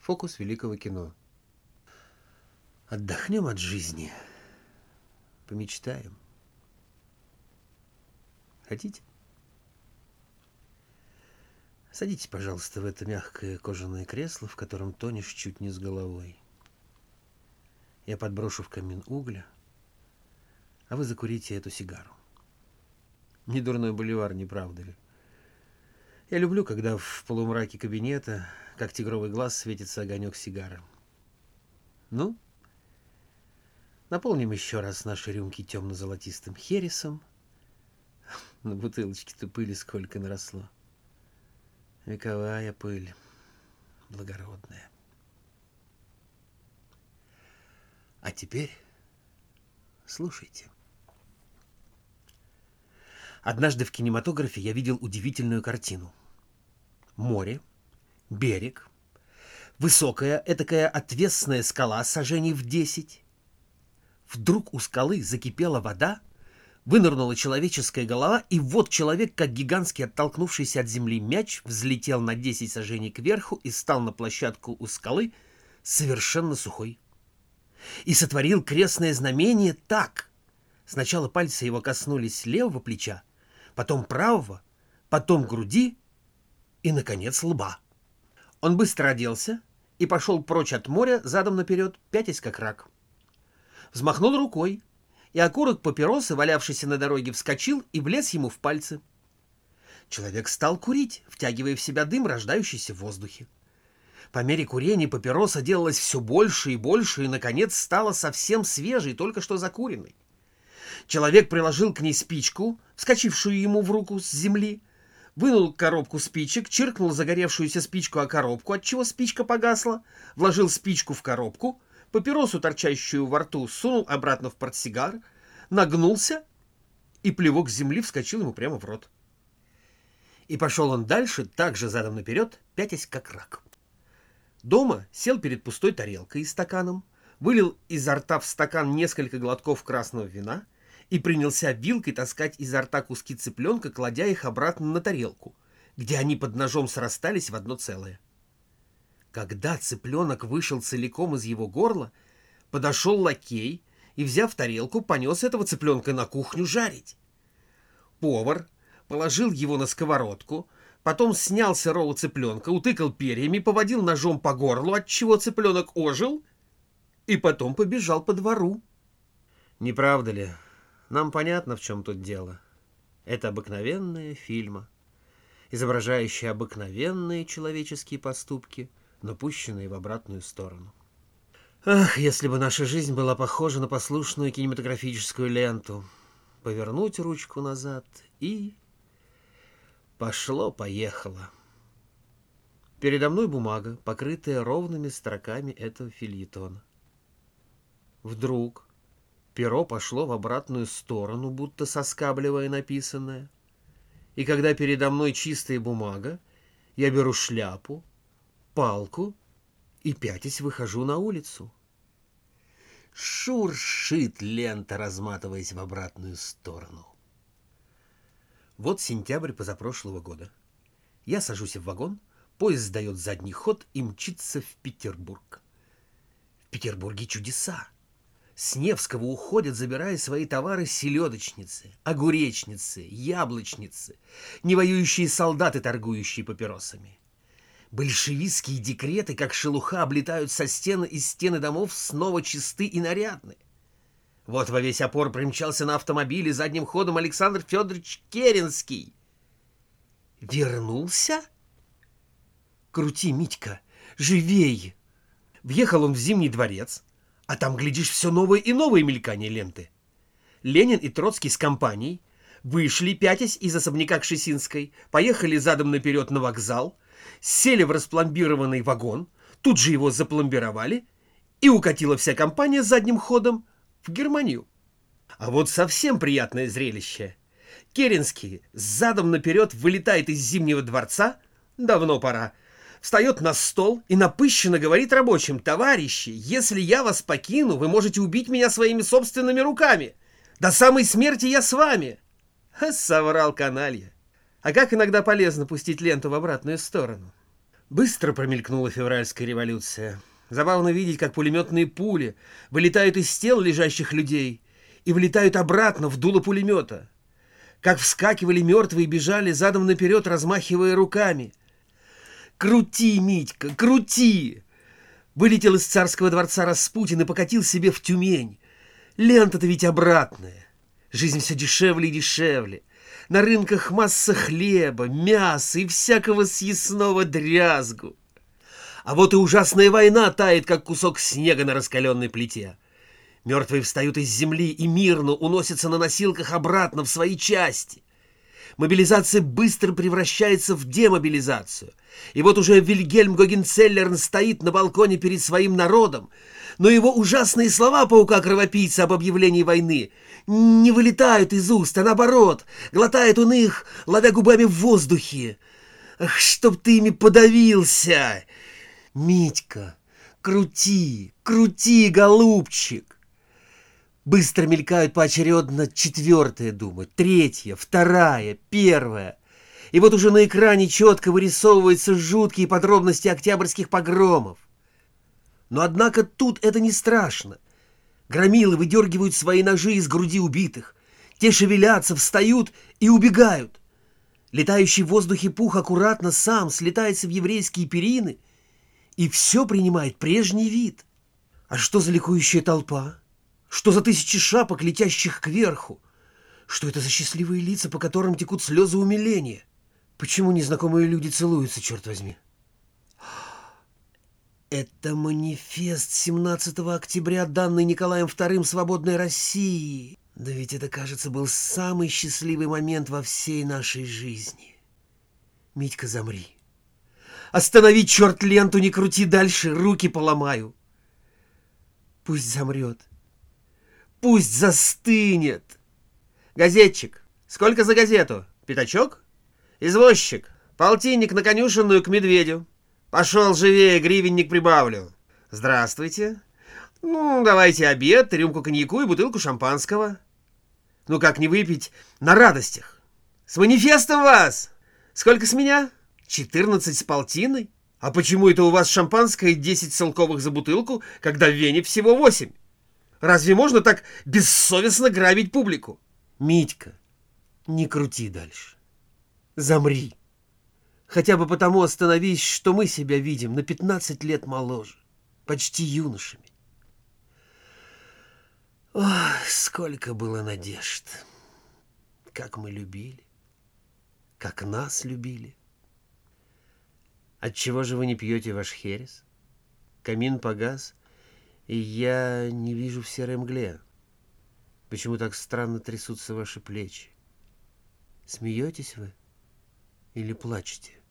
Фокус великого кино. Отдохнем от жизни. Помечтаем. Хотите? Садитесь, пожалуйста, в это мягкое кожаное кресло, в котором тонешь чуть не с головой. Я подброшу в камин угля, а вы закурите эту сигару. Недурной боливар, не правда ли? Я люблю, когда в полумраке кабинета, как тигровый глаз, светится огонек сигары. Ну, наполним еще раз наши рюмки темно-золотистым хересом. На бутылочке-то пыли сколько наросло. Вековая пыль, благородная. А теперь слушайте. Однажды в кинематографе я видел удивительную картину. Море, берег, высокая, этакая отвесная скала сажений в 10. Вдруг у скалы закипела вода, вынырнула человеческая голова, и вот человек, как гигантский оттолкнувшийся от земли мяч, взлетел на 10 саженей кверху и стал на площадку у скалы совершенно сухой. И сотворил крестное знамение так. Сначала пальцы его коснулись левого плеча, потом правого, потом груди и, наконец, лба. Он быстро оделся и пошел прочь от моря, задом наперед, пятясь как рак. Взмахнул рукой, и окурок папиросы, валявшийся на дороге, вскочил и влез ему в пальцы. Человек стал курить, втягивая в себя дым, рождающийся в воздухе. По мере курения папироса делалась все больше, и, наконец, стала совсем свежей, только что закуренной. Человек приложил к ней спичку, вскочившую ему в руку с земли, вынул коробку спичек, чиркнул загоревшуюся спичку о коробку, отчего спичка погасла, вложил спичку в коробку, папиросу, торчащую во рту, сунул обратно в портсигар, нагнулся, и плевок земли вскочил ему прямо в рот. И пошел он дальше, также задом наперед, пятясь как рак. Дома сел перед пустой тарелкой и стаканом, вылил изо рта в стакан несколько глотков красного вина и принялся вилкой таскать изо рта куски цыпленка, кладя их обратно на тарелку, где они под ножом срастались в одно целое. Когда цыпленок вышел целиком из его горла, подошел лакей и, взяв тарелку, понес этого цыпленка на кухню жарить. Повар положил его на сковородку, потом снял сырого цыпленка, утыкал перьями, поводил ножом по горлу, отчего цыпленок ожил, и потом побежал по двору. Не правда ли? Нам понятно, в чем тут дело. Это обыкновенная фильма, изображающая обыкновенные человеческие поступки, напущенные в обратную сторону. Ах, если бы наша жизнь была похожа на послушную кинематографическую ленту. Повернуть ручку назад и... Пошло-поехало. Передо мной бумага, покрытая ровными строками этого фельетона. Вдруг перо пошло в обратную сторону, будто соскабливая написанное. И когда передо мной чистая бумага, я беру шляпу, палку и, пятясь, выхожу на улицу. Шуршит лента, разматываясь в обратную сторону. Вот сентябрь позапрошлого года. Я сажусь в вагон, поезд сдает задний ход и мчится в Петербург. В Петербурге чудеса. С Невского уходят, забирая свои товары, селедочницы, огуречницы, яблочницы, невоюющие солдаты, торгующие папиросами. Большевистские декреты, как шелуха, облетают со стены и стены домов, снова чисты и нарядны. Вот во весь опор примчался на автомобиле задним ходом Александр Федорович Керенский. Вернулся? Крути, Митька, живей! Въехал он в Зимний дворец, а там, глядишь, все новые и новые мелькания ленты. Ленин и Троцкий с компанией вышли, пятясь из особняка Кшесинской, поехали задом наперед на вокзал, сели в распломбированный вагон, тут же его запломбировали, и укатила вся компания задним ходом в Германию. А вот совсем приятное зрелище. Керенский задом наперед вылетает из Зимнего дворца, давно пора, встает на стол и напыщенно говорит рабочим: «Товарищи, если я вас покину, вы можете убить меня своими собственными руками. До самой смерти я с вами». Соврал каналья. А как иногда полезно пустить ленту в обратную сторону. Быстро промелькнула февральская революция. Забавно видеть, как пулеметные пули вылетают из тел лежащих людей и вылетают обратно в дуло пулемета. Как вскакивали мертвые и бежали задом наперед, размахивая руками. «Крути, Митька, крути!» Вылетел из царского дворца Распутин и покатил себе в Тюмень. Лента-то ведь обратная. Жизнь все дешевле и дешевле. На рынках масса хлеба, мяса и всякого съестного дрязгу. А вот и ужасная война тает, как кусок снега на раскаленной плите. Мертвые встают из земли и мирно уносятся на носилках обратно в свои части. Мобилизация быстро превращается в демобилизацию. И вот уже Вильгельм Гогенцеллерн стоит на балконе перед своим народом, но его ужасные слова паука-кровопийца об объявлении войны не вылетают из уст, а наоборот, глотает он их, ловя губами в воздухе. Ах, чтоб ты ими подавился! Митька, крути, крути, голубчик! Быстро мелькают поочередно четвертая дума, третья, вторая, первая. И вот уже на экране четко вырисовываются жуткие подробности октябрьских погромов. Но однако тут это не страшно. Громилы выдергивают свои ножи из груди убитых. Те шевелятся, встают и убегают. Летающий в воздухе пух аккуратно сам слетается в еврейские перины, и все принимает прежний вид. А что за ликующая толпа? Что за тысячи шапок, летящих кверху? Что это за счастливые лица, по которым текут слезы умиления? Почему незнакомые люди целуются, черт возьми? Это манифест 17 октября, данный Николаем II свободной России. Да ведь это, кажется, был самый счастливый момент во всей нашей жизни. Митька, замри. Останови, черт, ленту, не крути дальше, руки поломаю. Пусть замрет. Пусть застынет. Газетчик, сколько за газету? Пятачок? Извозчик, полтинник на конюшенную к медведю. Пошел живее, гривенник прибавлю. Здравствуйте. Ну, давайте обед, рюмку коньяку и бутылку шампанского. Ну, как не выпить на радостях? С манифестом вас! Сколько с меня? 14 с полтиной? А почему это у вас шампанское 10 целковых за бутылку, когда в Вене всего 8? Разве можно так бессовестно грабить публику? Митька, не крути дальше. Замри. Хотя бы потому остановись, что мы себя видим на 15 лет моложе, почти юношами. Ох, сколько было надежд. Как мы любили, как нас любили. Отчего же вы не пьете ваш херес? Камин погас, и я не вижу в серой мгле. Почему так странно трясутся ваши плечи? Смеетесь вы или плачете?